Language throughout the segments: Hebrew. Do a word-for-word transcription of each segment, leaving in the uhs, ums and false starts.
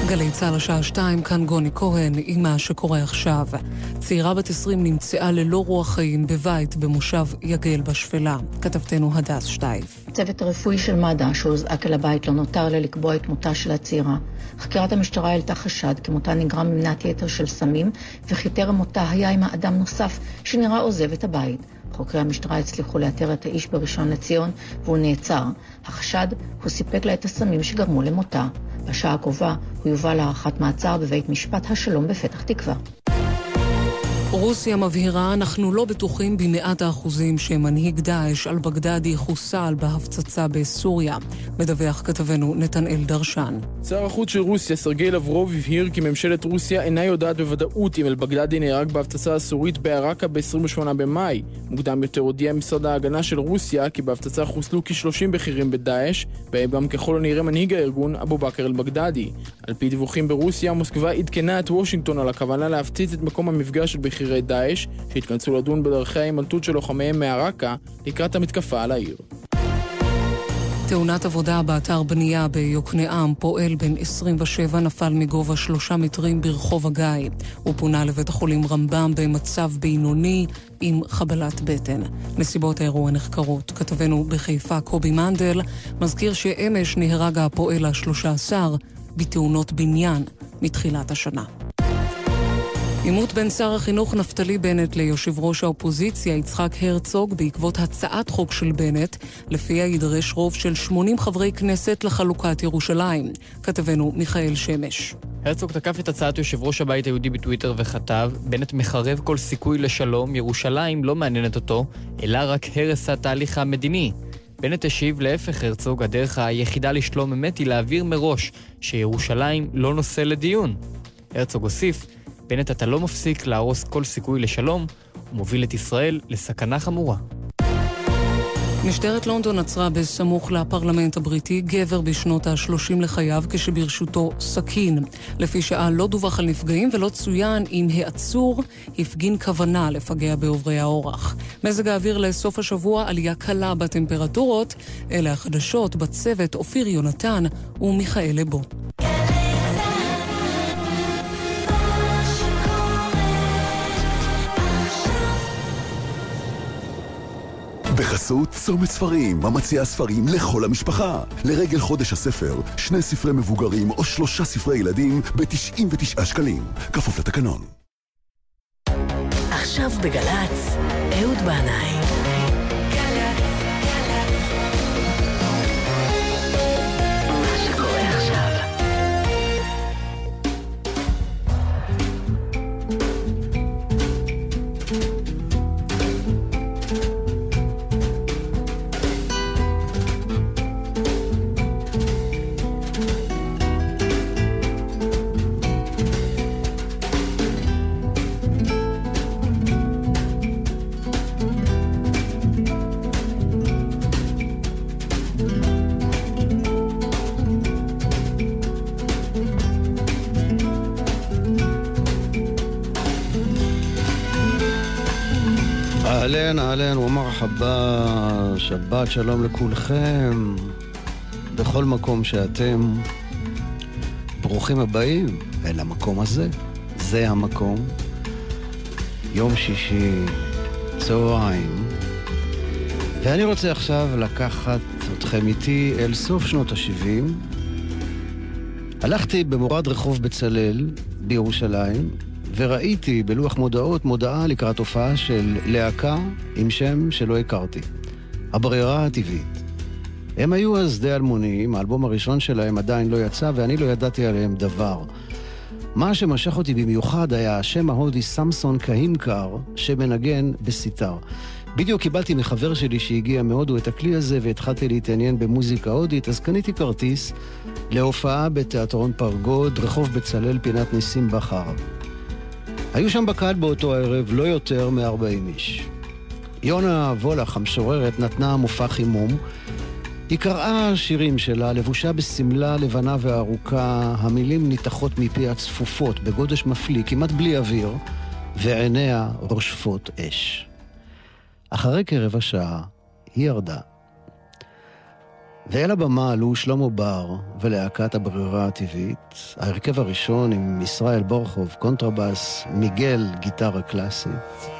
גלי צהל השעה שתיים, כאן גוני כהן עם מה שקורה עכשיו. צעירה בת עשרים נמצאה ללא רוח חיים בבית במושב יגל בשפלה. כתבתנו הדס שטייף. צוות הרפואי של מד"א שהוזעק אל הבית לא נותר לה לקבוע את מותה של הצעירה. חקירת המשטרה העלתה חשד כי מותה נגרם ממנת יתר של סמים, וכי טרם מותה היה עם האדם נוסף שנראה עוזב את הבית. חוקרי המשטרה הצליחו לאתר את האיש בראשון לציון והוא נעצר. החשד הוא סיפק לה את הסמים שגרמו למותה. בשעה הקרובה הוא יובא להארכת מעצר בבית משפט השלום בפתח תקווה. רוסיה מבהירה, אנחנו לא בטוחים במאת האחוזים שמנהיג דאעש על בגדדי חוסל בהפצצה בסוריה. מדווח כתבנו נתנאל דרשן. שר החוץ של רוסיה, סרגי לברוב, הבהיר כי ממשלת רוסיה אינה יודעת בוודאות אם אל בגדדי נהרג בהפצצה הסורית בעראקה ב-עשרים ושמונה במאי. מוקדם יותר הודיע משרד ההגנה של רוסיה כי בהפצצה חוסלו כ-שלושים בכירים בדאעש, בהם גם ככל הנראה מנהיג הארגון אבו בכר אל-בגדדי. על פי דיווחים ברוסיה, מוסקבה עדכנה את וושינגטון על הכוונה להפציץ את מקום המפגש של בכירי דאעש, שהתכנסו לדון בדרכי ההימלטות של לוחמיהם מעראקה לקראת המתקפה על העיר. תאונת עבודה באתר בנייה ביוקנעם, פועל בן עשרים ושבע נפל מגובה שלושה מטרים ברחוב הגיא. הוא פונה לבית החולים רמב"ם במצב בינוני עם חבלת בטן. נסיבות האירוע נחקרות. כתבנו בחיפה קובי מנדל מזכיר שאמש נהרג הפועל ה-שלוש עשרה בתאונות בניין מתחילת השנה. עימות בין שר החינוך נפתלי בנט ליושב ראש האופוזיציה יצחק הרצוג בעקבות הצעת חוק של בנט, לפיה יידרש רוב של שמונים חברי כנסת לחלוקת ירושלים. כתבנו מיכאל שמש. הרצוג תקף את הצעת יושב ראש הבית היהודי בטוויטר וכתב, בנט מחרב כל סיכוי לשלום, ירושלים לא מעניינת אותו, אלא רק הרס התהליך המדיני. בנט השיב להפך הרצוג, הדרך היחידה לשלום אמת היא להעביר מראש שירושלים לא נושא לדיון. הרצוג הוסיף, בנט אתה לא מפסיק להרוס כל סיכוי לשלום, ומוביל את ישראל לסכנה חמורה. משטרת לונדון עצרה בסמוך לפרלמנט הבריטי גבר בשנות ה-שלושים לחייו כשברשותו סכין. לפי שעה לא דווח על נפגעים ולא צוין אם העצור הפגין כוונה לפגע בעוברי האורח. מזג האוויר לסוף השבוע, עלייה קלה בטמפרטורות. אלה החדשות בצוות אופיר יונתן ומיכאל לבו. בחסות צומת ספרים, המציעה ספרים לכל המשפחה. לרגל חודש הספר, שני ספרי מבוגרים או שלושה ספרי ילדים ב-תשעים ותשעה שקלים. כפוף לתקנון. עכשיו בגלץ, אהוד בנאי. אהלן, אהלן ומרחבה, שבת שלום לכולכם, בכל מקום שאתם. ברוכים הבאים אל המקום הזה, זה המקום. יום שישי, צהריים. ואני רוצה עכשיו לקחת אתכם איתי אל סוף שנות ה-שבעים. הלכתי במורד רחוב בצלאל בירושלים, וראיתי בלוח מודעות מודעה לקראת הופעה של להקה עם שם שלא הכרתי, הברירה הטבעית. הם היו אז די אלמונים, האלבום הראשון שלהם עדיין לא יצא ואני לא ידעתי עליהם דבר. מה שמשך אותי במיוחד היה השם ההודי סמסון קהימקר שמנגן בסיטר. בדיוק קיבלתי מחבר שלי שהגיע מהודו את הכלי הזה והתחלתי להתעניין במוזיקה הודית, אז קניתי כרטיס להופעה בתיאטרון פרגוד, רחוב בצלאל, פינת ניסים בחר. היו שם בקהל באותו הערב לא יותר מ-ארבעים איש. יונה וולך, המשוררת, נתנה מופע חימום. היא קראה שירים שלה, לבושה בסמלה לבנה וארוכה, המילים ניתחות מפי הצפופות, בגודש מפליא, כמעט בלי אוויר, ועיניה רושפות אש. אחרי כרבע שעה היא ירדה. ואל הבמה עלו שלמה בר ולהקת הברירה הטבעית, ההרכב הראשון עם ישראל בורחוב, קונטרבאס, מיגל, גיטרה קלאסית,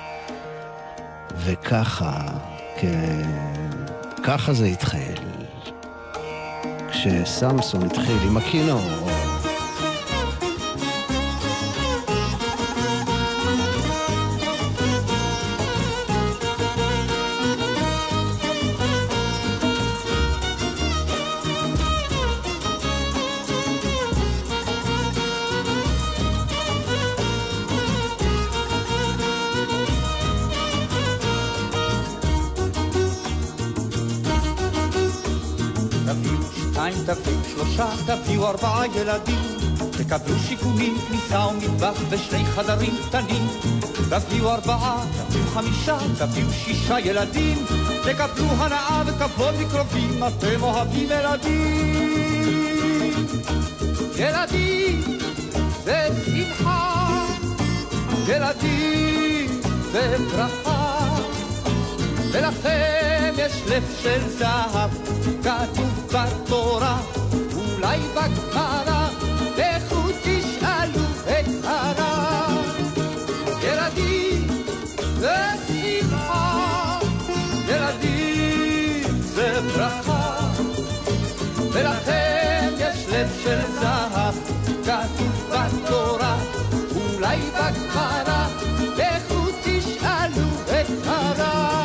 וככה, כן, ככה זה התחיל. כשסמסון התחיל עם הכינור, תביאו שלושה, תביאו ארבעה ילדים, תקבלו שיכונים, כניסה ומטבח ושני חדרים קטנים. תביאו ארבעה, תביאו חמישה, תביאו שישה ילדים, תקבלו הנאה וכבוד מקרובים, אתם אוהבים ילדים. ילדים זה שמחה, ילדים זה ברכה, ולכם יש לב של זהב, כתוב בתורה, אולי בגמרא, לכו תשאלו את הרב. ילדים זה שמחה, ילדים זה ברכה, ולכם יש לב של זהב, כתוב בתורה, אולי בגמרא, לכו תשאלו את הרב.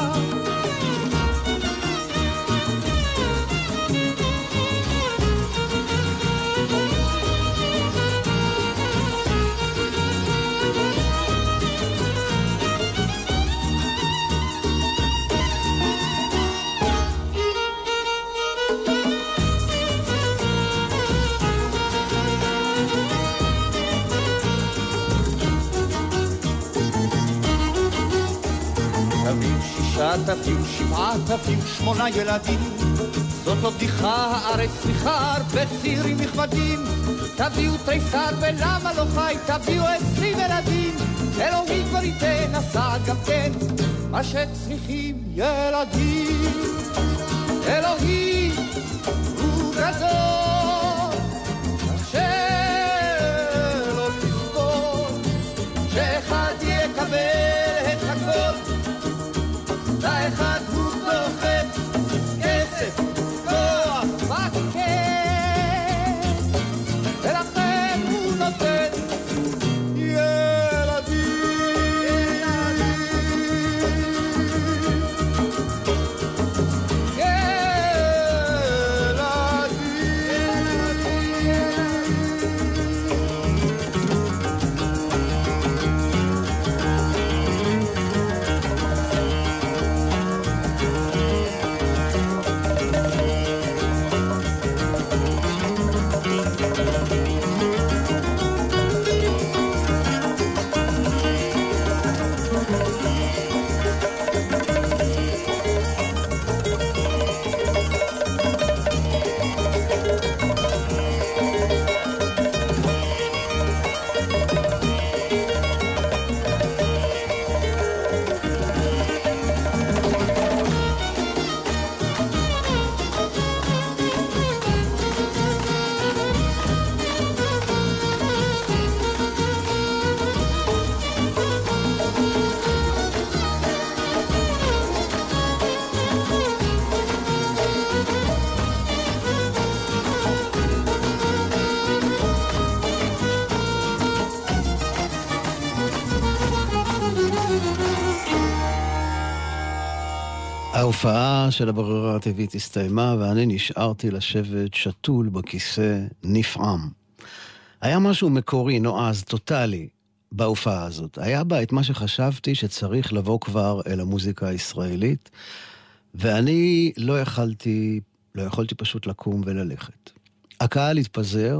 תביאו שבעה, תביאו שמונה ילדים, זאת לא בדיחה, הארץ צריכה הרבה צעירים נכבדים. תביאו תריסר ולמה לא חי, תביאו עשרים ילדים, אלוהים כבר ייתן הסעד גם כן, מה שצריכים ילדים. אלוהים הוא גדול, שלא תספור, שאחד יקבל את הכל, האחד הוא דוחף כסף, כוח, וכן, ולכן הוא נותן ילדים. ההופעה של הברירה הטבעית הסתיימה, ואני נשארתי לשבת שתול בכיסא נפעם. היה משהו מקורי, נועז, טוטלי, בהופעה הזאת. היה בה את מה שחשבתי שצריך לבוא כבר אל המוזיקה הישראלית, ואני לא יכלתי, לא יכולתי פשוט לקום וללכת. הקהל התפזר,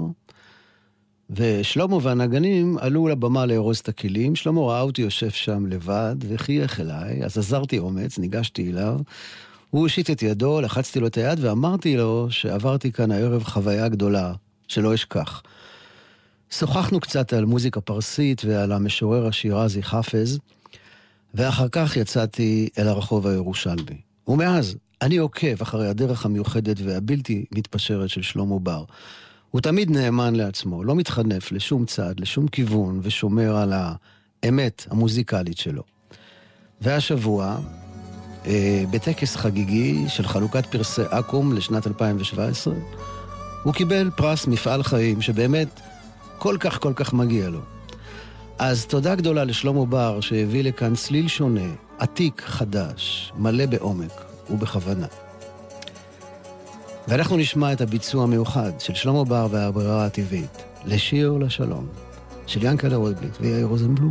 ושלמה והנגנים עלו לבמה לארוז את הכלים. שלמה ראה אותי יושב שם לבד וחייך אליי, אז עזרתי אומץ, ניגשתי אליו, הוא הושיט את ידו, לחצתי לו את היד ואמרתי לו שעברתי כאן הערב חוויה גדולה, שלא אשכח. שוחחנו קצת על מוזיקה פרסית ועל המשורר השירזי חפז, ואחר כך יצאתי אל הרחוב הירושלמי. ומאז אני עוקב אחרי הדרך המיוחדת והבלתי מתפשרת של שלמה בר. הוא תמיד נאמן לעצמו, לא מתחנף לשום צד, לשום כיוון, ושומר על האמת המוזיקלית שלו. והשבוע, אה, בטקס חגיגי של חלוקת פרסי אקו"ם לשנת אלפיים שבע עשרה, הוא קיבל פרס מפעל חיים, שבאמת כל כך כל כך מגיע לו. אז תודה גדולה לשלמה בר, שהביא לכאן צליל שונה, עתיק, חדש, מלא בעומק ובכוונה. ואנחנו נשמע את הביצוע המיוחד של שלמה בר והברירה הטבעית, לשיר לשלום, של ינקלה רוטבליט ויאיר רוזנבלום.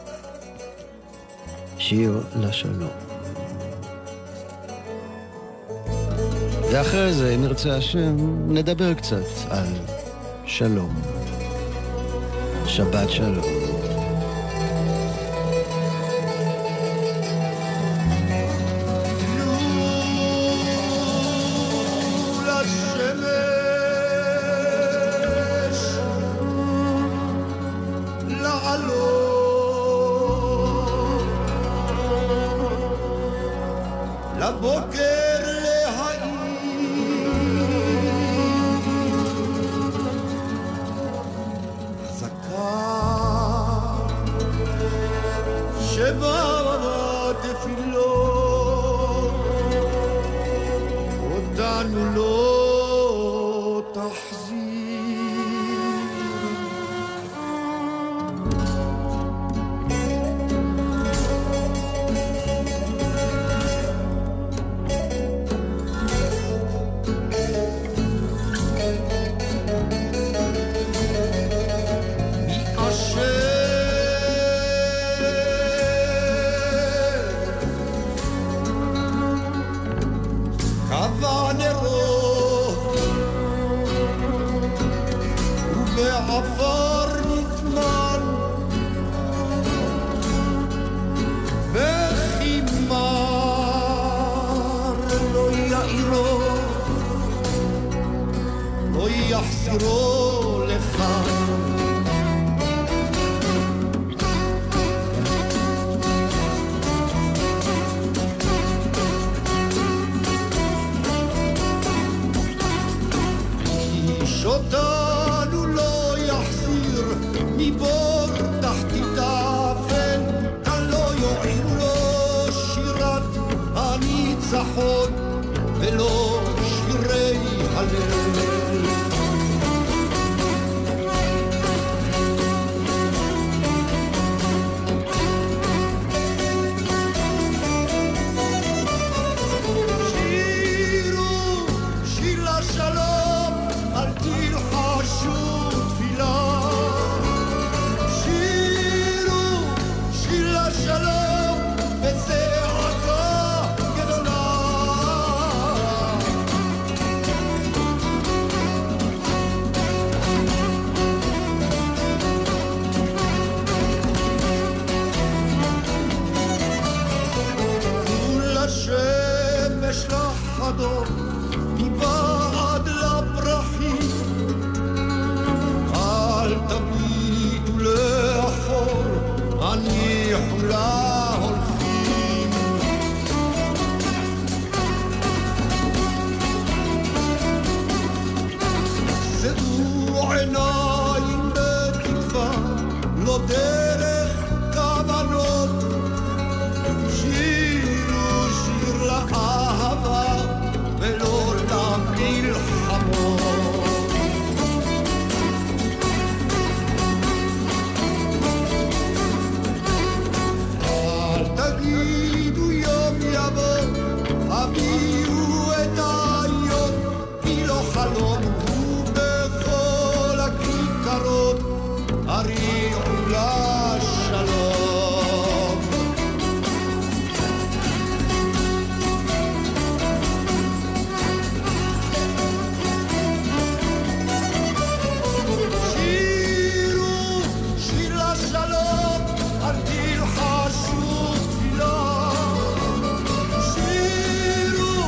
שיר לשלום. ואחרי זה, אם נרצה השם, נדבר קצת על שלום. שבת שלום. שירו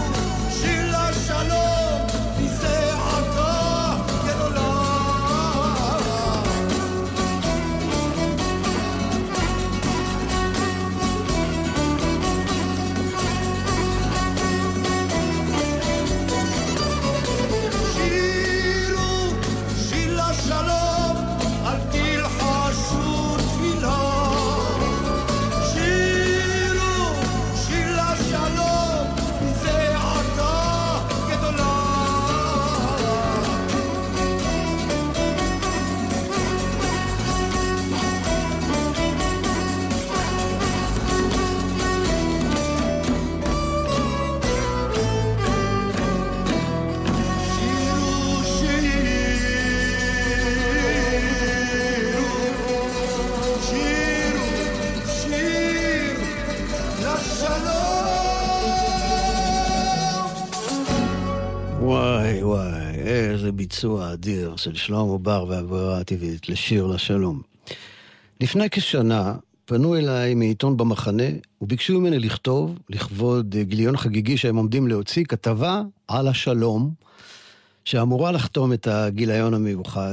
וואי וואי, איזה ביצוע אדיר של שלמה בר והברירה הטבעית לשיר לשלום. לפני כשנה פנו אליי מעיתון במחנה וביקשו ממני לכתוב, לכבוד גיליון חגיגי שהם עומדים להוציא, כתבה על השלום שאמורה לחתום את הגיליון המיוחד,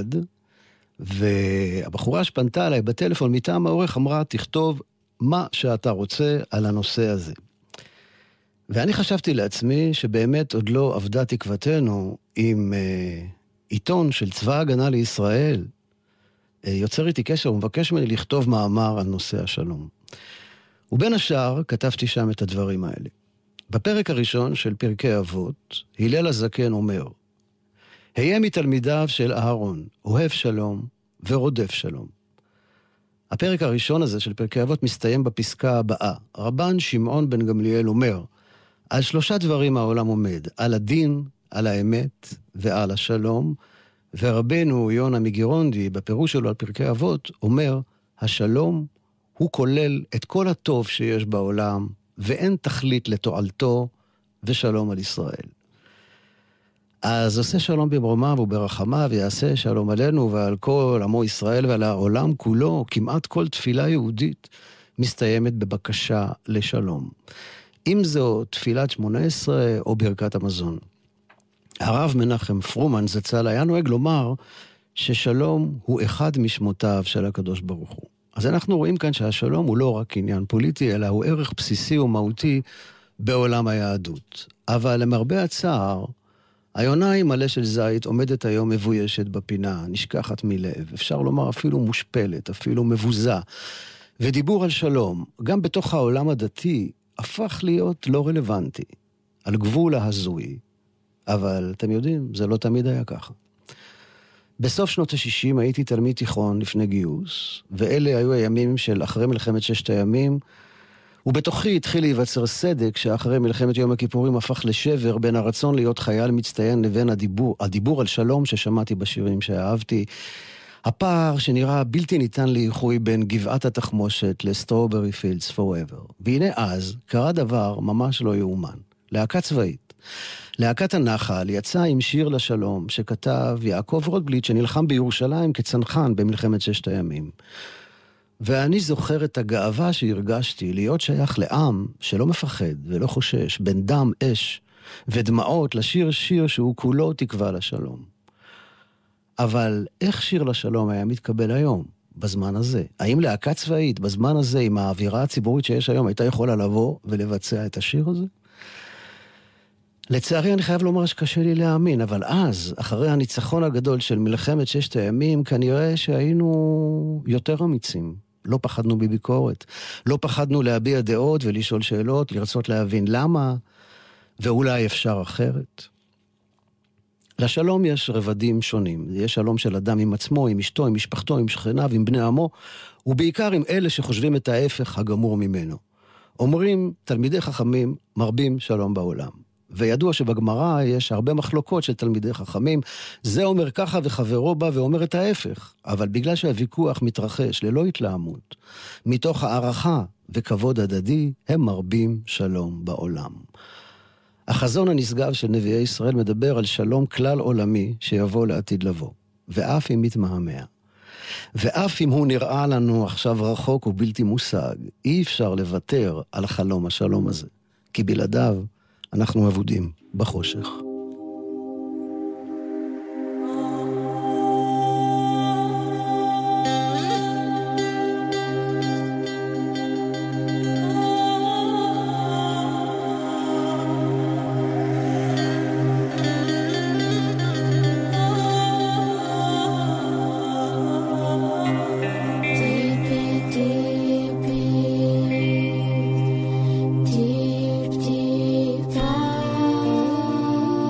והבחורה שפנתה אליי בטלפון מטעם העורך אמרה, תכתוב מה שאתה רוצה על הנושא הזה. ואני חשבתי לעצמי שבאמת עוד לא עבדה תקוותנו עם אה, עיתון של צבא הגנה לישראל, אה, יוצר איתי קשר ומבקש ממני לכתוב מאמר על נושא השלום. ובין השאר כתבתי שם את הדברים האלה. בפרק הראשון של פרקי אבות, הלל הזקן אומר, היה מתלמידיו של אהרון, אוהב שלום ורודף שלום. הפרק הראשון הזה של פרקי אבות מסתיים בפסקה הבאה. רבן שמעון בן גמליאל אומר, על שלושה דברים העולם עומד, על הדין, על האמת ועל השלום, ורבנו יונה מגירונדי בפירוש שלו על פרקי אבות אומר, השלום הוא כולל את כל הטוב שיש בעולם, ואין תכלית לתועלתו, ושלום על ישראל. אז עושה שלום במרומיו וברחמיו, ויעשה שלום עלינו ועל כל עמו ישראל ועל העולם כולו, כמעט כל תפילה יהודית מסתיימת בבקשה לשלום. אם זו תפילת שמונה עשרה או ברכת המזון. הרב מנחם פרומן זצ"ל היה נוהג לומר ששלום הוא אחד משמותיו של הקדוש ברוך הוא. אז אנחנו רואים כאן שהשלום הוא לא רק עניין פוליטי, אלא הוא ערך בסיסי ומהותי בעולם היהדות. אבל למרבה הצער, היונה עם מלא של זית עומדת היום מבוישת בפינה, נשכחת מלב, אפשר לומר אפילו מושפלת, אפילו מבוזה. ודיבור על שלום, גם בתוך העולם הדתי, הפך להיות לא רלוונטי, על גבול ההזוי, אבל אתם יודעים, זה לא תמיד היה ככה. בסוף שנות ה-שישים הייתי תלמיד תיכון לפני גיוס, ואלה היו הימים של אחרי מלחמת ששת הימים, ובתוכי התחיל להיווצר סדק שאחרי מלחמת יום הכיפורים הפך לשבר בין הרצון להיות חייל מצטיין לבין הדיבור, הדיבור על שלום ששמעתי בשירים שאהבתי, הפער שנראה בלתי ניתן לאיחוי בין גבעת התחמושת לסטרוברי פילדס פוראבר. והנה אז קרה דבר ממש לא יאומן. להקה צבאית. להקת הנחל יצאה עם שיר לשלום שכתב יעקב רוטבליט שנלחם בירושלים כצנחן במלחמת ששת הימים. ואני זוכר את הגאווה שהרגשתי להיות שייך לעם שלא מפחד ולא חושש, בין דם, אש ודמעות לשיר שיר שהוא כולו תקווה לשלום. אבל איך שיר לשלום היה מתקבל היום, בזמן הזה? האם להקה צבאית, בזמן הזה, עם האווירה הציבורית שיש היום, הייתה יכולה לבוא ולבצע את השיר הזה? לצערי אני חייב לומר שקשה לי להאמין, אבל אז, אחרי הניצחון הגדול של מלחמת ששת הימים, כנראה שהיינו יותר אמיצים. לא פחדנו בביקורת, לא פחדנו להביע דעות ולשאול שאלות, לרצות להבין למה, ואולי אפשר אחרת. לשלום יש רבדים שונים. יש שלום של אדם עם עצמו, עם אשתו, עם משפחתו, עם שכניו, עם בני עמו, ובעיקר עם אלה שחושבים את ההפך הגמור ממנו. אומרים, תלמידי חכמים מרבים שלום בעולם. וידוע שבגמרא יש הרבה מחלוקות של תלמידי חכמים, זה אומר ככה וחברו בא ואומר את ההפך, אבל בגלל שהוויכוח מתרחש ללא התלהמות, מתוך הערכה וכבוד הדדי, הם מרבים שלום בעולם. החזון הנשגב של נביאי ישראל מדבר על שלום כלל עולמי שיבוא לעתיד לבוא, ואף אם מתמהמה. ואף אם הוא נראה לנו עכשיו רחוק ובלתי מושג, אי אפשר לוותר על חלום השלום הזה, כי בלעדיו אנחנו עבודים בחושך. Deep, deep down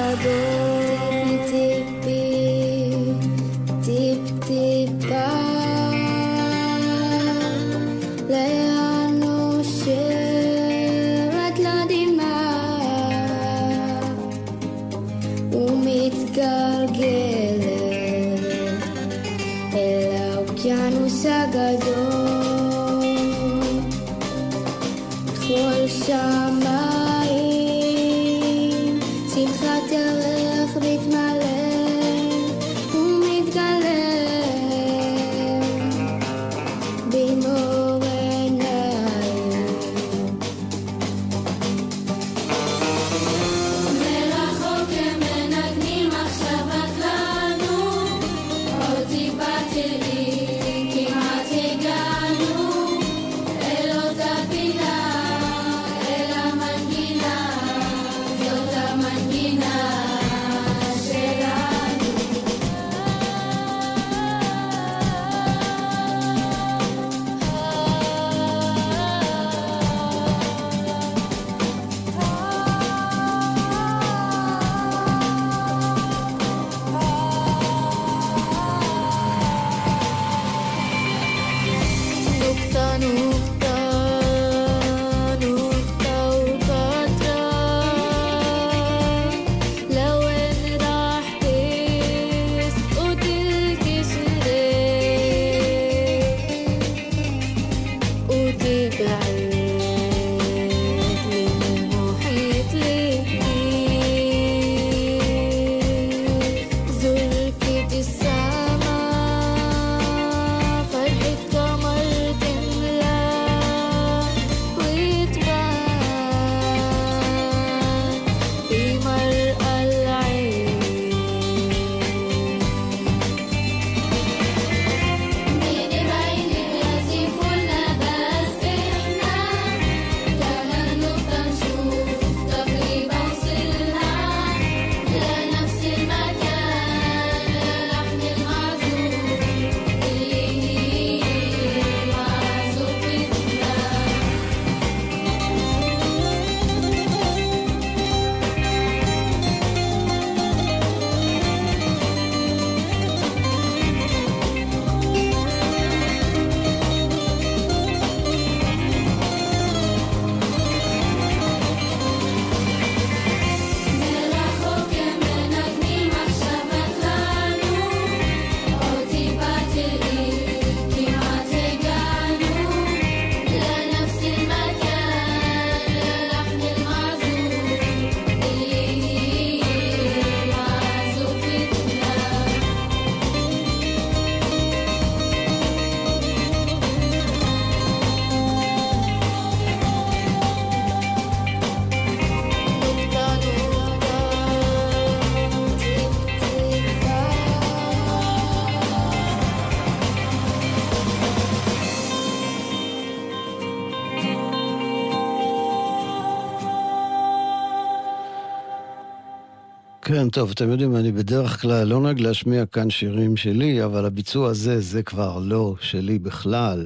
כן, טוב, אתם יודעים, אני בדרך כלל לא נהג להשמיע כאן שירים שלי, אבל הביצוע הזה, זה כבר לא שלי בכלל.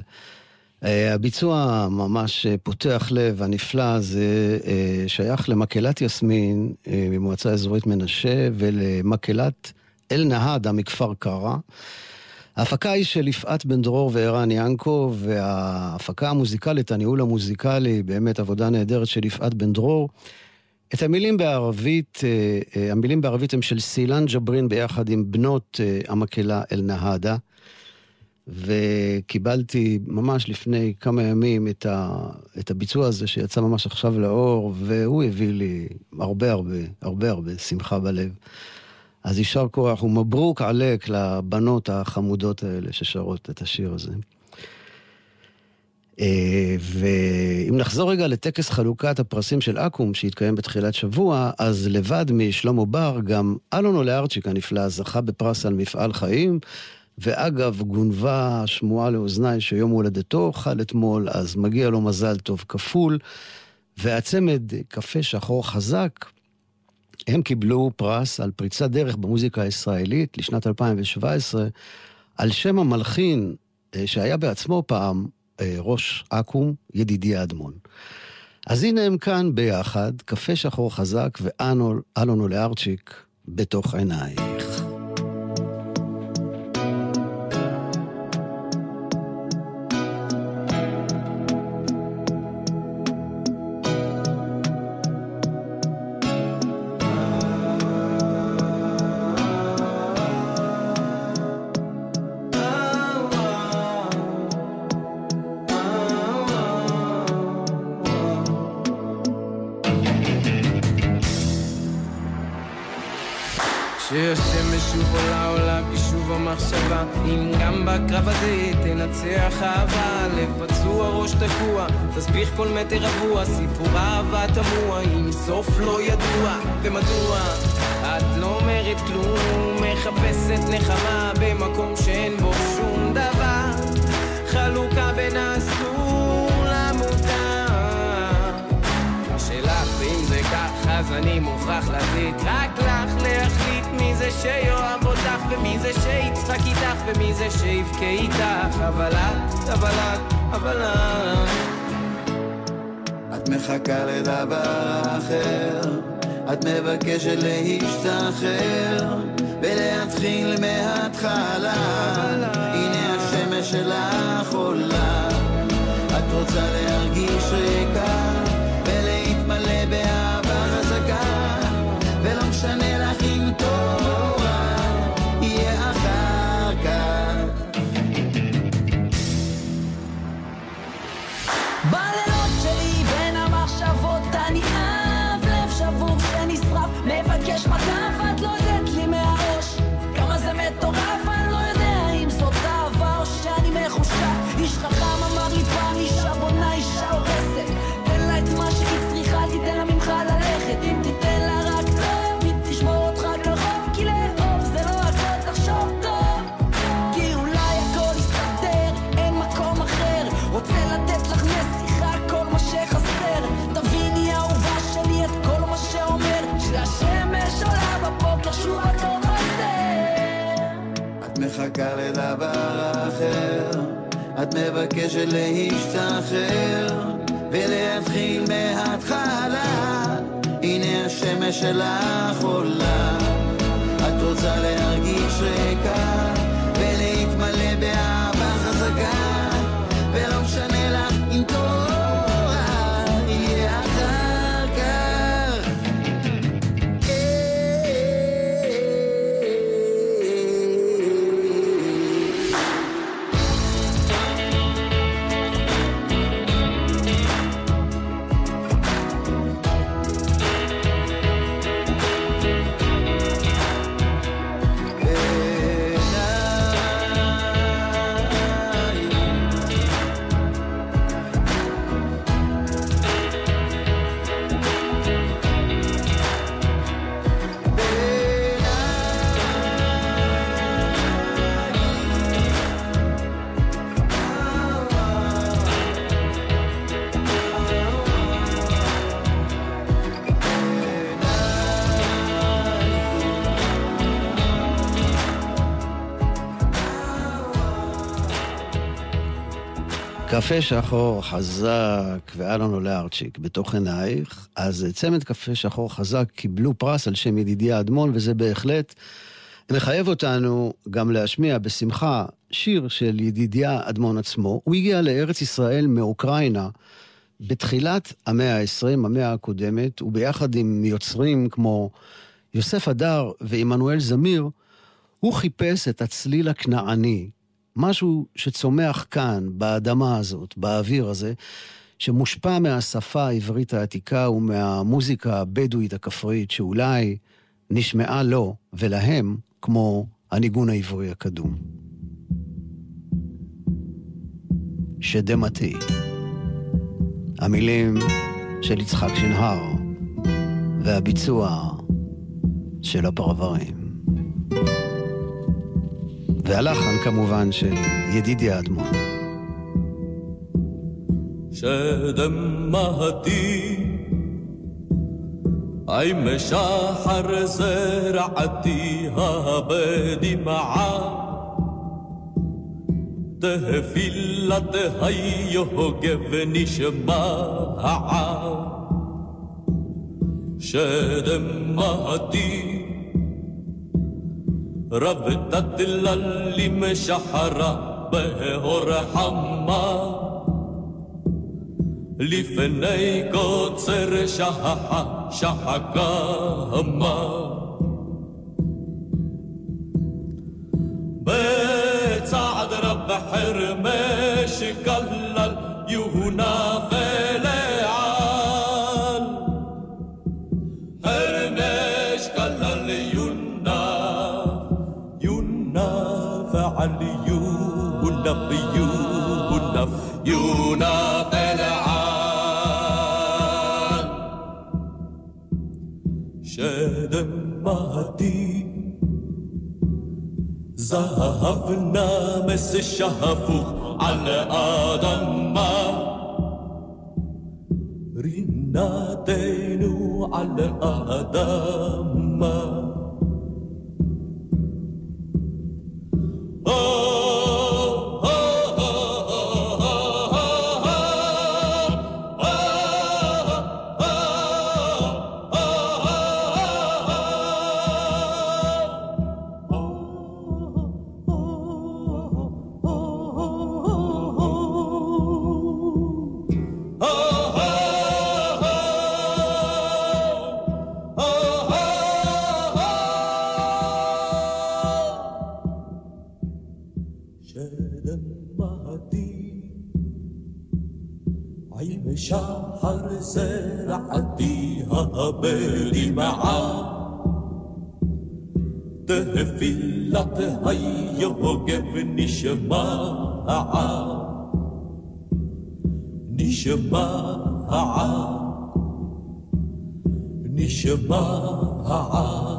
הביצוע ממש פותח לב, הנפלא, זה שייך למקהלת יסמין ממועצה אזורית מנשה, ולמקהלת אל נהדה מכפר קרא. ההפקה היא של יפעת בן דרור וערן ינקו, וההפקה המוזיקלית, הניהול המוזיקלי, באמת עבודה נהדרת של יפעת בן דרור. את המילים בערבית, המילים בערבית הם של סילן ג'ברין ביחד עם בנות המקהלה אל נהדה, וקיבלתי ממש לפני כמה ימים את, ה, את הביצוע הזה שיצא ממש עכשיו לאור, והוא הביא לי הרבה הרבה הרבה הרבה שמחה בלב. אז יישר כוח ומברוק עלק לבנות החמודות האלה ששרות את השיר הזה. ואם נחזור רגע לטקס חלוקת הפרסים של אקו"ם שהתקיים בתחילת שבוע, אז לבד משלמה בר גם אלון אולארצ'יק הנפלא זכה בפרס על מפעל חיים, ואגב גונבה שמועה לאוזניי שיום הולדתו חל אתמול, אז מגיע לו מזל טוב כפול. והצמד קפה שחור חזק, הם קיבלו פרס על פריצת דרך במוזיקה הישראלית לשנת אלפיים שבע עשרה, על שם המלחין שהיה בעצמו פעם ראש אקו"ם, ידידי אדמון. אז הנה הם כאן ביחד, קפה שחור חזק ואלון אולארצ'יק בתוך עינייך. שהשמש שוב עולה עולה בשוב המחשבה, אם גם בקרב הזה תנצח אהבה, לב פצוע ראש תקוע, תסביך כל מטר רבוע, סיפור אהבה תמוה עם סוף לא ידוע. ומדוע את לא אומרת כלום, מחפשת נחמה במקום שאין בו שום דבר, חלוקה בין האסור למותר שלך, ואם זה כך אז אני מוכרח לתת רק לך להחליט מי זה שיואב אותך ומי זה שיצחק איתך ומי זה שיבכה איתך. אבל את, אבל את, אבל את את מחכה לדבר אחר, את מבקשת להשתחרר ולהתחיל מההתחלה. הנה השמש שלך עולה, את רוצה להרגיש ריקה ולהתמלא באהבה חזקה, ולא משנה לך אם טוב יהיה אחר כך. בלילות שלי בין המחשבות אני אהב לב שבור שנשרף, מבקש מטף את לא יודעת לי מהראש כמה זה מטורף, אני לא יודע אם זאת אהבה או שאני מחושף. איש חכם אמר לי פעם, אישה בונה אישה הורסת, תן לה את מה שהיא צריכה, תיתן לה ממך ללכת, אם תיתן לה רק טוב היא תשמור אותך קרוב, כי לאהוב זה לא הכל תחשוב טוב, כי אולי הכל יסתדר, אין מקום אחר, רוצה לתת לך נסיכה כל מה שחסר, תביני אהובה שלי את כל מה שאומר שהשמש עולה בבוקר שוב הכל חסר. את מחכה לדבר אחר, את מבקשת להשתחרר ולהתחיל מההתחלה. הנה השמש שלך עולה, את רוצה להרגיש ריקה ולהתמלא באהבה חזקה, ולא משנה לך אם טוב יהיה אחר כך. קפה שחור חזק ואלון אולארצ'יק בתוך עינייך. אז צמד קפה שחור חזק קיבלו פרס על שם ידידיה אדמון, וזה בהחלט מחייב אותנו גם להשמיע בשמחה שיר של ידידיה אדמון עצמו. הוא הגיע לארץ ישראל מאוקראינה בתחילת המאה ה-עשרים, המאה הקודמת, וביחד עם יוצרים כמו יוסף הדר ועמנואל זמיר, הוא חיפש את הצליל הכנעני, משהו שצומח כאן, באדמה הזאת, באוויר הזה, שמושפע מהשפה העברית העתיקה ומהמוזיקה הבדואית הכפרית, שאולי נשמעה לו ולהם כמו הניגון העברי הקדום. שדמתי. המילים של יצחק שנהר, והביצוע של הפרברים. והלחן כמובן של ידידיה אדמון. שדמתי עם שחר זרעתי הבדמעה תפילת היוגב נשמע העם שדמעתי רבדת ללים שחרה באור חמה לפני קוצר שחחה שחקמה בצעד רב חרמש כלל יהונה ולעל חרמש כלל יונה יונה ועל יונה ויונה יונה ולעל שדמעתי זהב נמס שפוך על האדמה רינתנו על האדמה שחר זרעתי הבדמעה תפילת היוגב נשמעה נשמעה נשמעה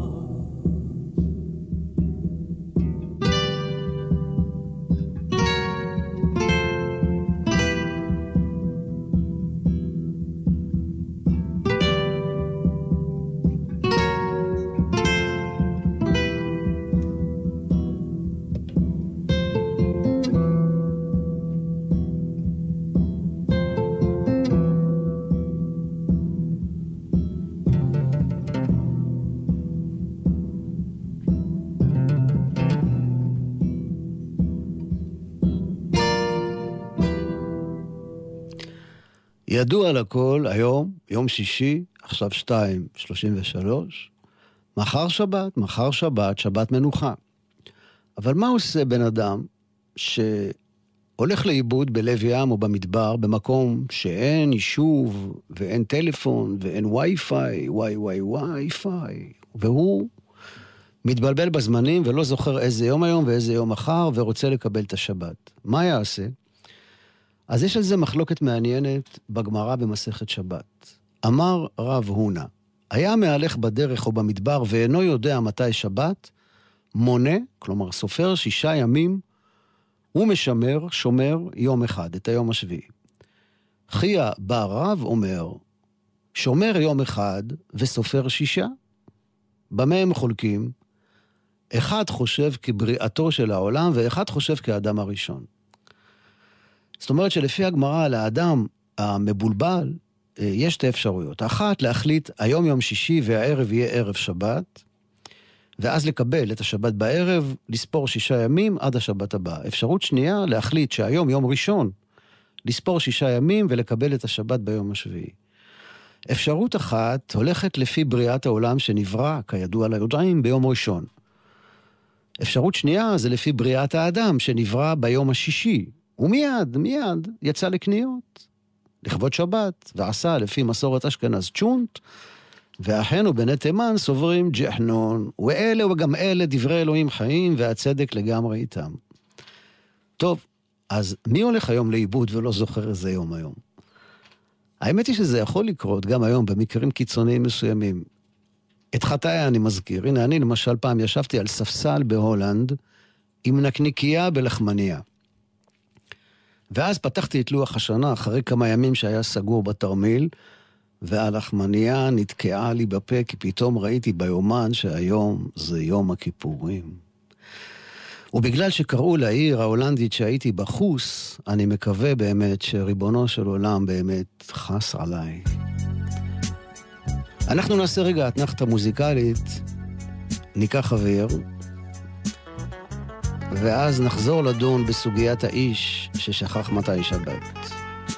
ידוע לכל, היום, יום שישי, עכשיו שתיים, שלושים ושלוש, מחר שבת, מחר שבת, שבת מנוחה. אבל מה עושה בן אדם שהולך לאיבוד בלב ים או במדבר, במקום שאין יישוב ואין טלפון ואין וי-פיי, וואי וואי וואי פיי, והוא מתבלבל בזמנים ולא זוכר איזה יום היום ואיזה יום מחר ורוצה לקבל את השבת. מה יעשה? אז יש על זה מחלוקת מעניינת בגמרא במסכת שבת. אמר רב הונא, היה מהלך בדרך או במדבר ואינו יודע מתי שבת, מונה, כלומר סופר שישה ימים, הוא משמר, שומר יום אחד, את היום השביעי. חיה בא רב אומר, שומר יום אחד וסופר שישה. במה הם חולקים? אחד חושב כבריאתו של העולם ואחד חושב כאדם הראשון. זאת אומרת שלפי הגמרא לאדם המבולבל יש שתי אפשרויות. אחת, להחליט היום יום שישי והערב יהיה ערב שבת, ואז לקבל את השבת בערב, לספור שישה ימים עד השבת הבאה. אפשרות שנייה, להחליט שהיום יום ראשון, לספור שישה ימים ולקבל את השבת ביום השביעי. אפשרות אחת הולכת לפי בריאת העולם שנברא, כידוע ליודעים, ביום ראשון. אפשרות שנייה זה לפי בריאת האדם שנברא ביום השישי. ומיד, מיד יצא לקניות, לכבוד שבת, ועשה לפי מסורת אשכנז צ'ונט, ואחינו בני תימן סוברים ג'חנון, ואלה וגם אלה דברי אלוהים חיים, והצדק לגמרי איתם. טוב, אז מי הולך היום לאיבוד ולא זוכר איזה יום היום? האמת היא שזה יכול לקרות גם היום במקרים קיצוניים מסוימים. את חטאי אני מזכיר. הנה, אני למשל פעם ישבתי על ספסל בהולנד, עם נקניקיה בלחמניה. ואז פתחתי את לוח השנה אחרי כמה ימים שהיה סגור בתרמיל, והלחמניה נתקעה לי בפה, כי פתאום ראיתי ביומן שהיום זה יום הכיפורים. ובגלל שקראו לעיר ההולנדית שהייתי בחוס, אני מקווה באמת שריבונו של עולם באמת חס עליי. אנחנו נעשה רגע אתנחתה מוזיקלית, ניקח אוויר, ואז נחזור לדון בסוגיית האיש ששכח מתי שבת.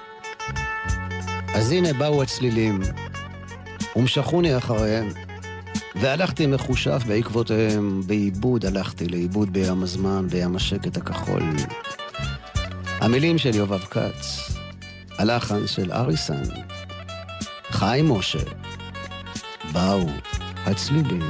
אז הנה באו הצלילים, ומשכוני אחריהם, והלכתי מחושף בעקבותיהם, בעיבוד הלכתי לאיבוד בים הזמן, בים השקט הכחול. המילים של יובב קץ, הלחן של אריסן, חיים משה, באו הצלילים.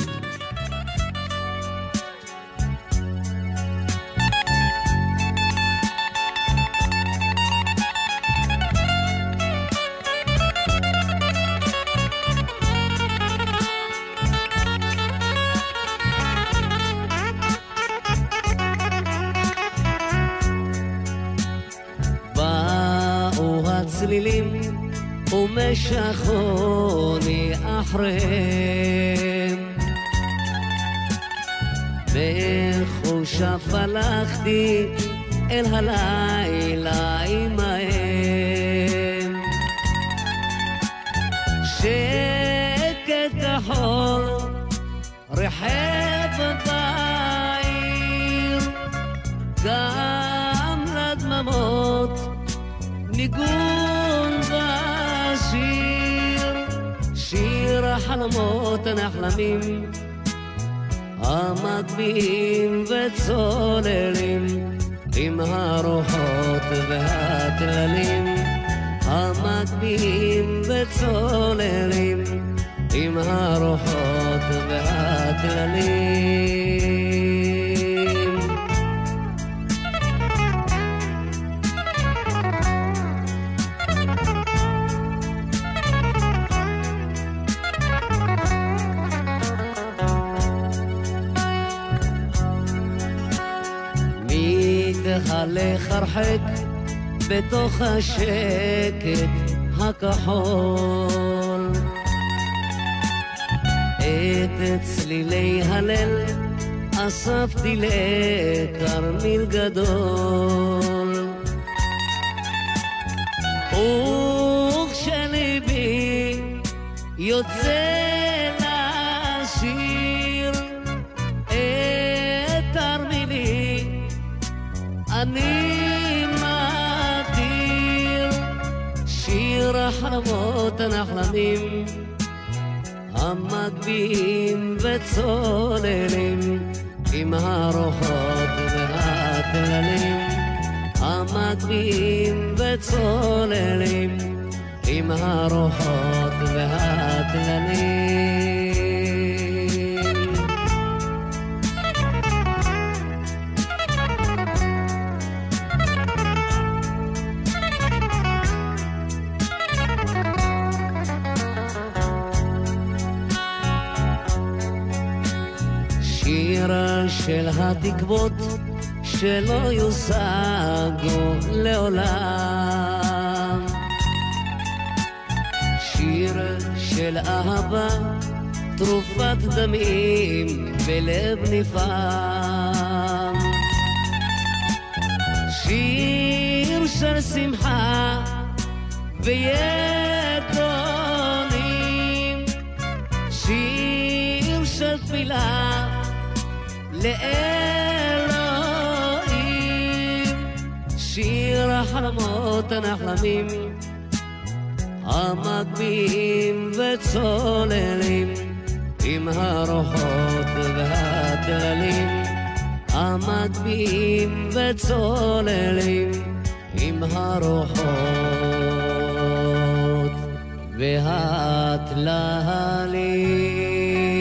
צלילים ומשכוני אחריהם, מחושף הלכתי אל הלילה עמהם, שקט כחול רחב בעיר, גם לדממות ניגון בשיר, שיר החלומות הנחלמים, המגביהים וצוללים, עם הרוחות והטללים, המגביהים וצוללים, עם הרוחות והטללים. מתהלך הרחק בתוך השקט הכחול, את צלילי הלל אספתי לכרמיל גדול, וכשליבי יוצא לשיר את תרמילי אני מתיר, שיר החלומות הנחלמים, המגביהים וצוללים, עם הרוחות והטללים, המגביהים וצוללים, עם הרוחות והטללים. שירה של התקוות שלא יושגו לעולם, שיר של אהבה תרופת דמים בלב נפעם, שיר של שמחה ויתומים, שיר של תפילה לאלוהים, שיר החלומות הנחלמים, המגביהים וצוללים, עם הרוחות והטללים, המגביהים וצוללים, עם הרוחות והטללים.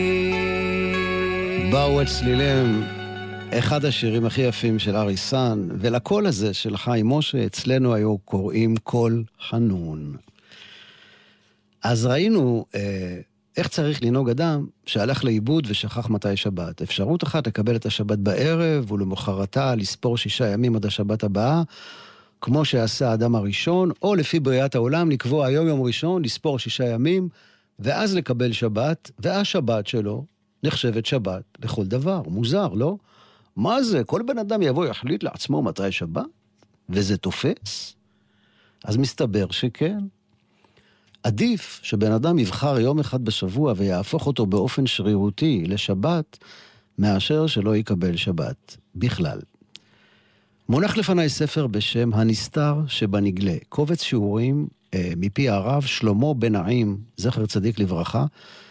באו הצלילים, אחד השירים הכי יפים של אריסן, ולקול הזה של חיים משה אצלנו היו קוראים קול חנון. אז ראינו אה, איך צריך לנהוג אדם שהלך לאיבוד ושכח מתי שבת. אפשרות אחת לקבל את השבת בערב ולמחרתה לספור שישה ימים עד השבת הבאה, כמו שעשה האדם הראשון, או לפי בריאת העולם לקבוע היום יום ראשון, לספור שישה ימים, ואז לקבל שבת, והשבת שלו נחשבת שבת לכל דבר. מוזר, לא? מה זה? כל בן אדם יבוא יחליט לעצמו מתי שבת? וזה תופס? אז מסתבר שכן. עדיף שבן אדם יבחר יום אחד בשבוע ויהפוך אותו באופן שרירותי לשבת, מאשר שלא יקבל שבת בכלל. מונח לפני ספר בשם הנסתר שבנגלה, קובץ שיעורים אה, מפי הרב שלמה בן נעים, זכר צדיק לברכה,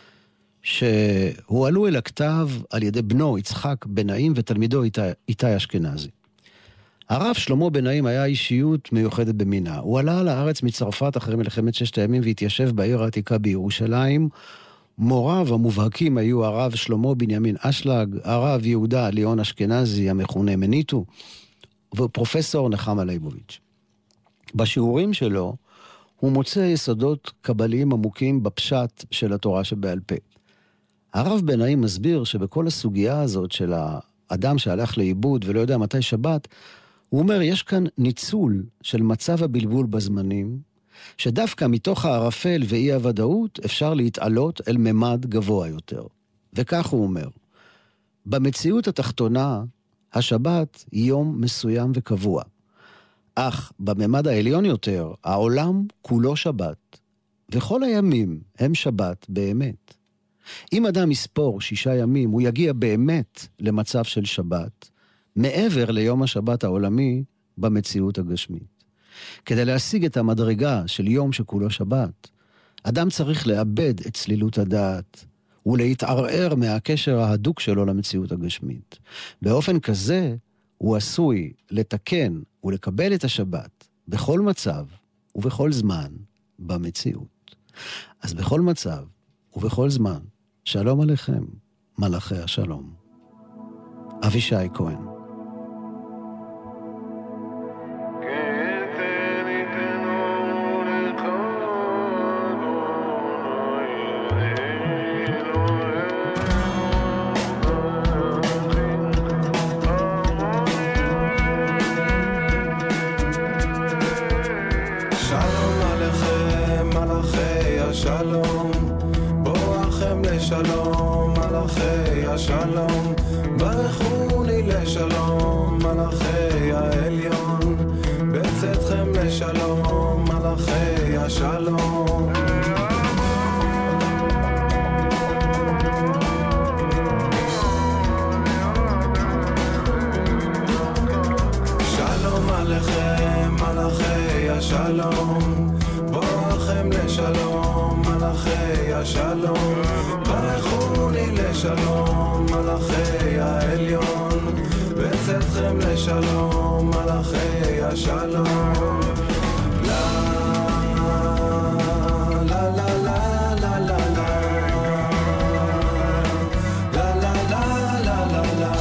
שהועלו אל הכתב על ידי בנו יצחק בן נעים ותלמידו איתי, איתי אשכנזי. הרב שלמה בן נעים היה אישיות מיוחדת במינה. הוא עלה לארץ מצרפת אחרי מלחמת ששת הימים והתיישב בעיר העתיקה בירושלים. מוריו המובהקים היו הרב שלמה בנימין אשלג, הרב יהודה ליאון אשכנזי המכונה מניטו, ופרופסור נחמה ליבוביץ'. בשיעורים שלו הוא מוצא יסודות קבליים עמוקים בפשט של התורה שבעל פה. הרב בן נעים מסביר שבכל הסוגיה הזאת של האדם שהלך לאיבוד ולא יודע מתי שבת, הוא אומר, יש כאן ניצול של מצב הבלבול בזמנים, שדווקא מתוך הערפל ואי הוודאות אפשר להתעלות אל ממד גבוה יותר. וכך הוא אומר, במציאות התחתונה, השבת היא יום מסוים וקבוע. אך בממד העליון יותר, העולם כולו שבת, וכל הימים הם שבת באמת. אם אדם יספור שישה ימים, הוא יגיע באמת למצב של שבת, מעבר ליום השבת העולמי במציאות הגשמית. כדי להשיג את המדרגה של יום שכולו שבת, אדם צריך לאבד את צלילות הדעת, ולהתערער מהקשר ההדוק שלו למציאות הגשמית. באופן כזה, הוא עשוי לתקן ולקבל את השבת בכל מצב ובכל זמן במציאות. אז בכל מצב ובכל זמן, שלום עליכם, מלאכי השלום. אבישי כהן. שלום, בואכם לשלום, מלאכי השלום, ברכוני לשלום, מלאכי העליון, בצאתכם לשלום, מלאכי השלום. שלום עליכם, מלאכי השלום, בואכם לשלום, מלאכי השלום, ברכוני לשלום, מלאכי העליון, בצאתכם לשלום, מלאכי השלום. לה לה לה לה לה לה לה לה לה לה לה לה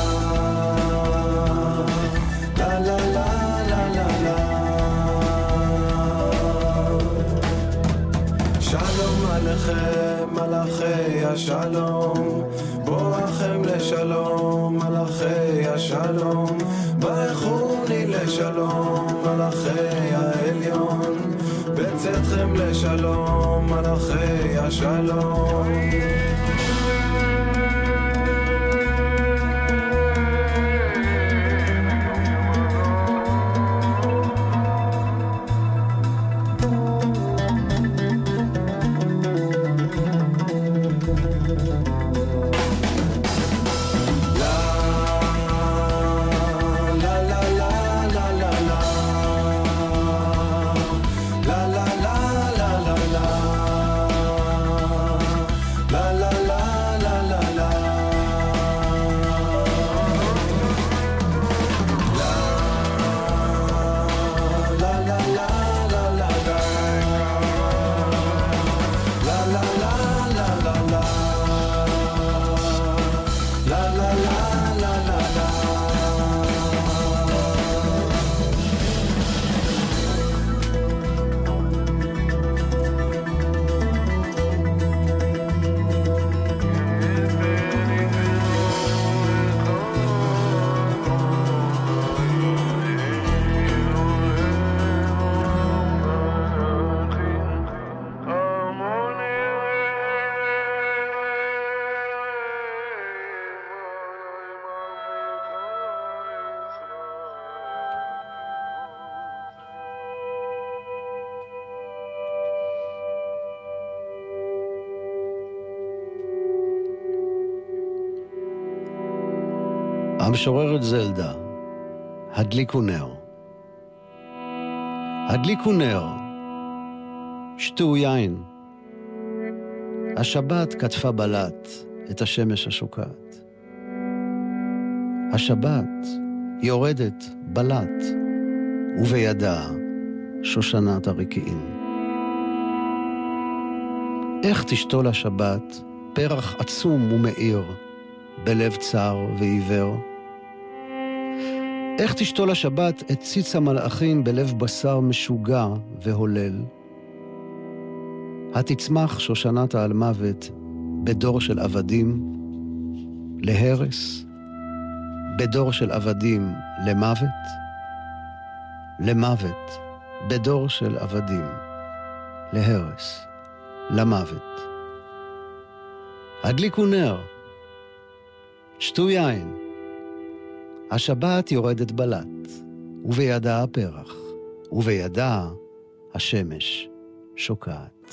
עליכם, מלאכי השלום, בואכם לשלום, מלאכי השלום, ברכוני לשלום, מלאכי העליון, בצאתכם לשלום, מלאכי השלום. La la המשוררת זלדה, הדליקו נר. הדליקו נר, שתו יין. השבת כתפה בלט את השמש השוקעת. השבת יורדת בלט, ובידה שושנת הרקיעים. איך תשתול השבת פרח עצום ומאיר בלב צר ועיוור? איך תשתול השבת את ציץ המלאכים בלב בשר משוגע והולל? התצמח שושנת העל מוות בדור של עבדים להרס, בדור של עבדים למוות, למוות, בדור של עבדים להרס, למוות. הדליקו נר, שתו יין. השבת יורדת בלט, ובידה הפרח, ובידה השמש שוקעת.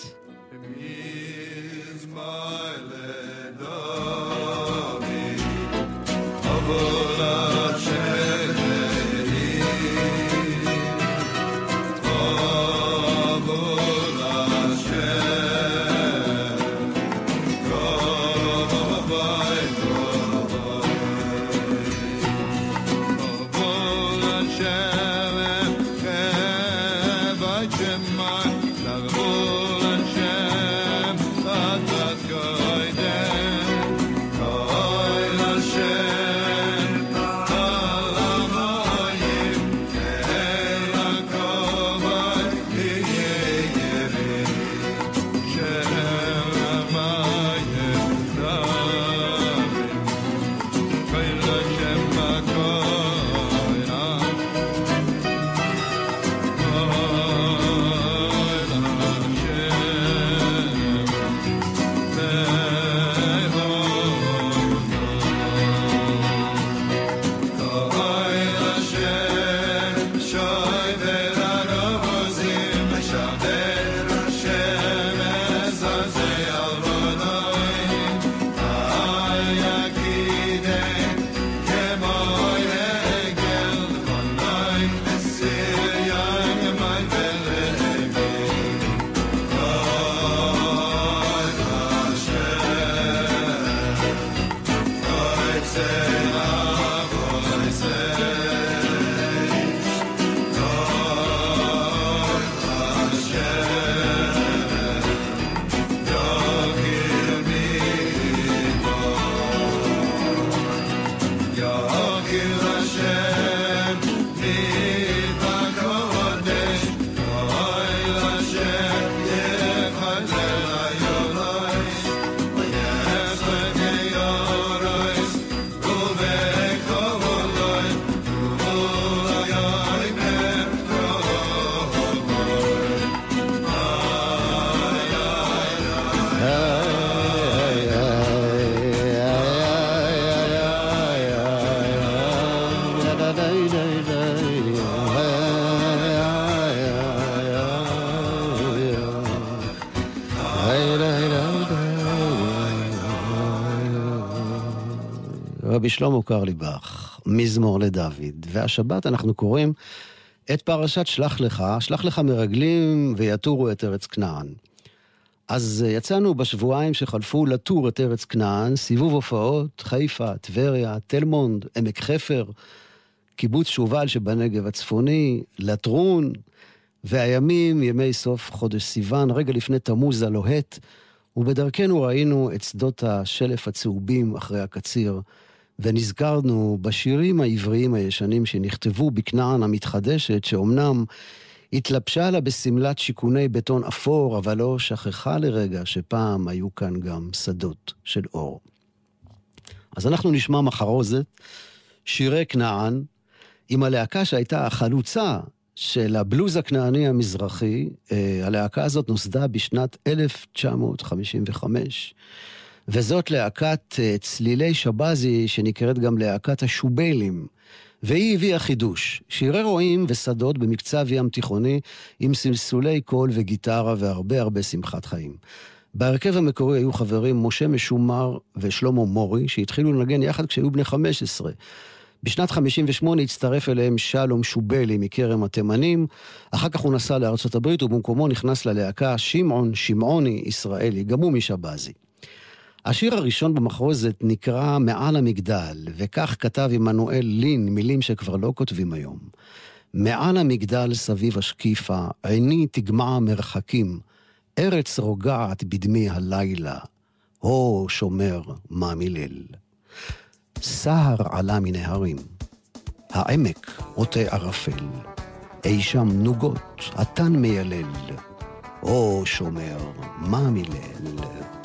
רבי שלמה קרליבך, מזמור לדוד. והשבת אנחנו קוראים את פרשת שלח לך, שלח לך מרגלים ויתורו את ארץ כנען. אז יצאנו בשבועיים שחלפו לטור את ארץ כנען, סיבוב הופעות, חיפה, טבריה, תל מונד, עמק חפר, קיבוץ שובל שבנגב הצפוני, לטרון, והימים ימי סוף חודש סיוון, רגע לפני תמוז הלוהט, ובדרכנו ראינו את שדות השלף הצהובים אחרי הקציר, ונזכרנו בשירים העבריים הישנים שנכתבו בכנען המתחדשת, שאומנם התלבשה לה בסמלת שיכוני בטון אפור, אבל לא שכחה לרגע שפעם היו כאן גם שדות של אור. אז אנחנו נשמע מחרוזת, שירי כנען, עם הלהקה שהייתה החלוצה של הבלוז הכנעני המזרחי. הלהקה הזאת נוסדה בשנת אלף תשע מאות חמישים וחמש, וזאת להקת צלילי שבזי, שנקראת גם להקת השובלים, והיא הביאה חידוש, שירי רועים ושדות במקצב ים תיכוני, עם סלסולי קול וגיטרה והרבה הרבה שמחת חיים. בהרכב המקורי היו חברים משה משומר ושלמה מורי, שהתחילו לנגן יחד כשהיו בני חמש עשרה. בשנת חמישים ושמונה הצטרף אליהם שלום שובלי מכרם התימנים, אחר כך הוא נסע לארצות הברית ובמקומו נכנס ללהקה שמעון שמעוני ישראלי, גם הוא משבזי. השיר הראשון במחרוזת נקרא מעל המגדל, וכך כתב עמנואל לין, מילים שכבר לא כותבים היום. מעל המגדל סביב השקיפה, עיני תגמע מרחקים, ארץ רוגעת בדמי הלילה, הו שומר מה מילל. סהר עלה מן ההרים, העמק עוטה ערפל, אי שם נוגות, התן מיילל, הו שומר מה מילל.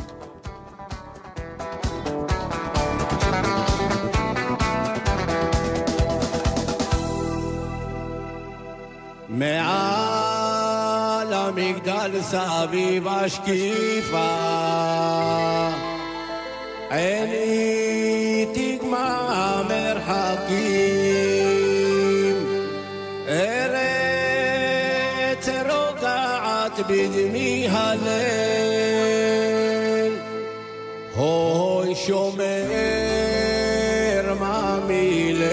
מעל המגדל סביב השקיפה, עיני תגמע מרחקים, ארץ רוגעת בדמי הליל, הוי שומר מה מילל.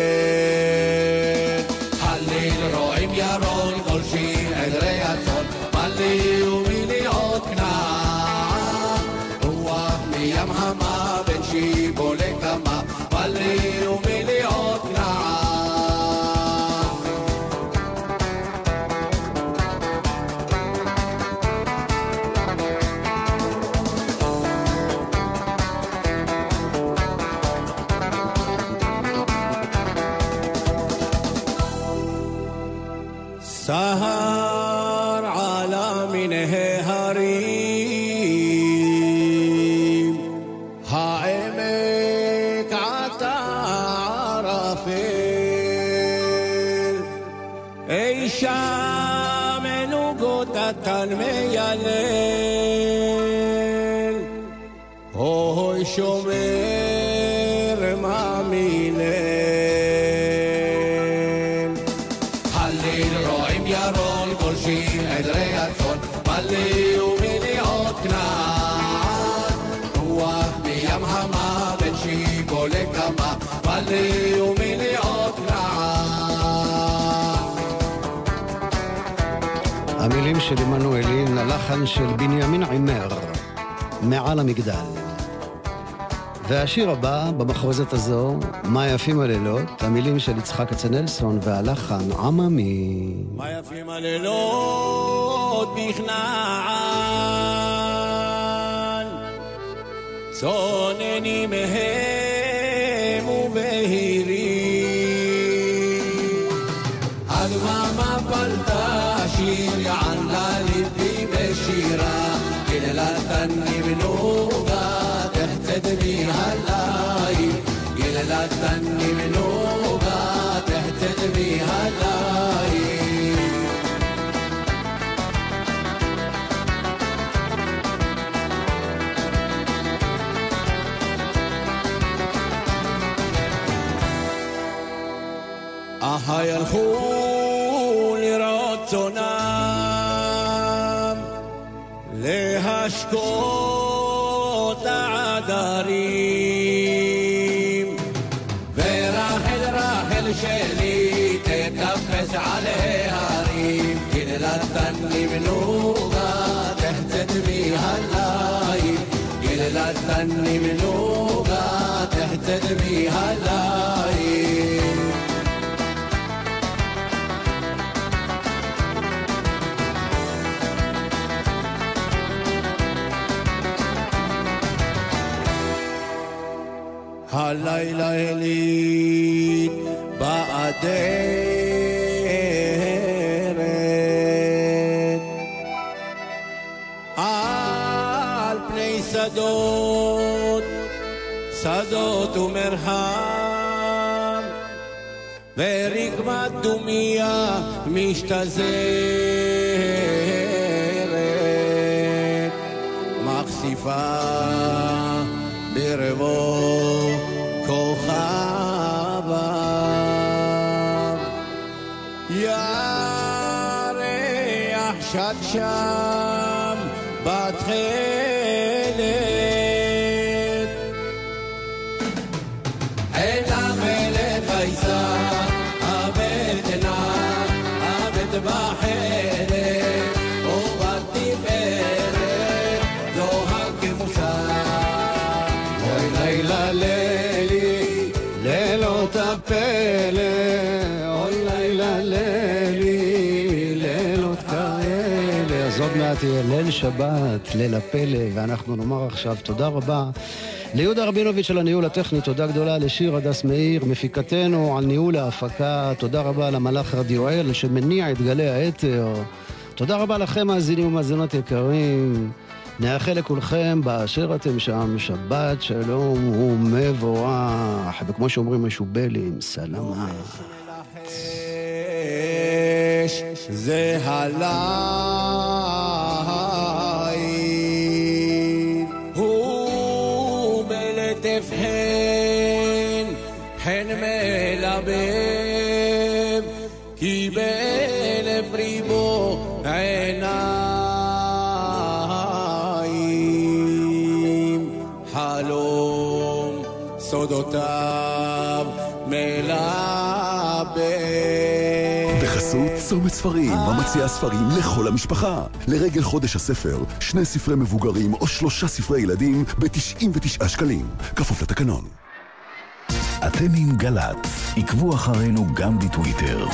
הליל רועים ירון גולשים עדרי הצאן, מלי ומליאות כנען, רוח מים המה בין שיבו לקמה, מלי ומליאות כנען. סהר עלה מן ההרים, העמק עטה ערפל, אי שם נוגות התן מיילל, הוי שומר מה מילל. ירון גולשים עדרי הצאן, מלי ומליאות כנען, רוח מים המה בין שיבו לקמה, מלי ומליאות כנען. המילים של עמנואל לין, הלחן של בנימין עימר, מעל המגדל. והשיר הבא במחרוזת הזו, מה יפים הלילות, המילים של יצחק כצנלסון והלחן עממי. מה יפים הלילות בכנען, צונני מהם ובהירים, הדממה פלטה שיר יען ללבי בשירה, יללתני מנוגה تهتدي هاللاي يلا تني منوبة تهتدي هاللاي أهاي الخول راتنام لهشكو عداريم ورحل رحل شلي تكفس عليها ريم كده لا تني منوغا تهتد بيها اللايم كده لا تني منوغا تهتد بيها اللايم הלילה הליט באדרת על פני שדות, שדות ומרחב ורקמת דומיה משתזרת מחשיפה ברבו כוכביו ירח שד שם בתכלת אל המלך תייסה הבטנה הבט בחרת ובתפארת זו הכמוסה אוי לילה לילי לילות הפלא אוי לילה לילי לילות כאלה. אז עוד מעט יהיה ליל שבת, ליל הפלא, ואנחנו נאמר עכשיו תודה רבה ליהודה רבינוביץ' על הניהול הטכני, תודה גדולה לשיר הדס מאיר, מפיקתנו, על ניהול ההפקה, תודה רבה למלאך רדיואל שמניע את גלי האתר, תודה רבה לכם מאזינים ומאזינות יקרים, נאחל לכולכם באשר אתם שם שבת שלום ומבורך, וכמו שאומרים משובלים, סלמה. זה הליל הוא מלטף הן הן מלבב כי באלף ריבו עיניים חלום סודותיו מלבב. בחסות צומת ספרים, המציעה ספרים לכל המשפחה. לרגל חודש הספר, שני ספרי מבוגרים או שלושה ספרי ילדים ב-תשעים ותשעה שקלים. כפוף לתקנון. אתם עם גל"צ, עקבו אחרינו גם בטוויטר.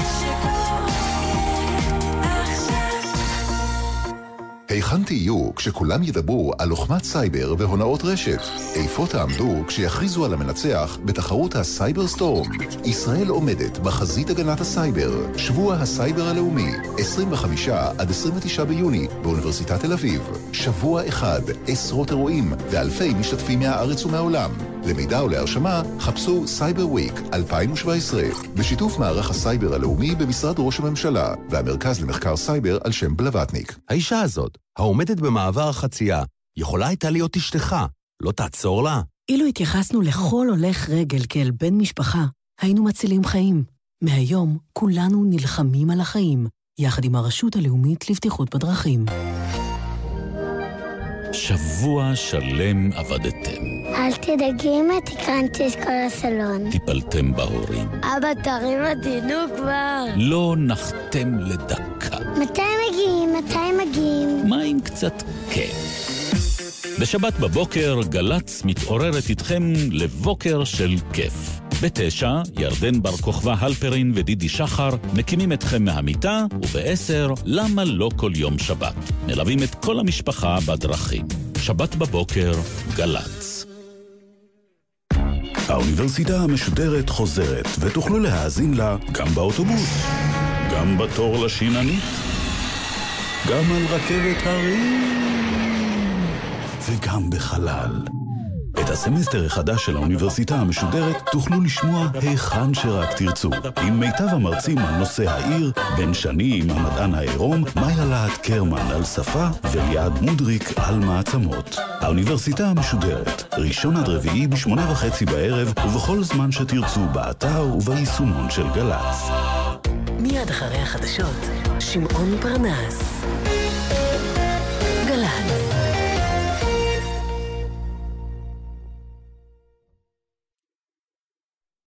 היכן תהיו כשכולם ידברו על לוחמת סייבר והונאות רשת? איפה תעמדו כשיכריזו על המנצח בתחרות הסייבר סטורם? ישראל עומדת בחזית הגנת הסייבר. שבוע הסייבר הלאומי, עשרים וחמישה עד עשרים ותשעה ביוני באוניברסיטת תל אביב. שבוע אחד, עשרות אירועים ואלפי משתתפים מהארץ ומהעולם. למידע ולהרשמה חפשו סייבר וויק אלפיים שבע עשרה בשיתוף מערך הסייבר הלאומי במשרד ראש הממשלה והמרכז למחקר סייבר על שם בלווטניק. האישה הזאת, העומדת במעבר החצייה, יכולה הייתה להיות אשתך, לא תעצור לה? אילו התייחסנו לכל הולך רגל כאל בן משפחה, היינו מצילים חיים. מהיום כולנו נלחמים על החיים, יחד עם הרשות הלאומית לבטיחות בדרכים. שבוע שלם עבדתם. אל תדאגי אם תקרנתי את כל הסלון. טיפלתם בהורים. אבא תרים עדינו כבר. לא נחתם לדקה. מתי מגיעים? מתי מגיעים? מה עם קצת כיף? בשבת בבוקר גל"צ מתעוררת איתכם לבוקר של כיף. בתשע, ירדן בר כוכבא הלפרין ודידי שחר מקימים אתכם מהמיטה, ובעשר, למה לא כל יום שבת? מלווים את כל המשפחה בדרכים. שבת בבוקר, גל"צ. האוניברסיטה המשודרת חוזרת, ותוכלו להאזין לה גם באוטובוס, גם בתור לשיננית, גם על רכבת הרים, וגם בחלל. את הסמסטר החדש של האוניברסיטה המשודרת תוכלו לשמוע היכן שרק תרצו. עם מיטב המרצים על נושא העיר, בן שני עם המדען העירום, מאיה להט קרמן על שפה, וליעד מודריק על מעצמות. האוניברסיטה המשודרת, ראשון עד רביעי בשמונה וחצי בערב, ובכל זמן שתרצו באתר וביישומון של גל"צ. מיד אחרי החדשות, שמעון פרנס.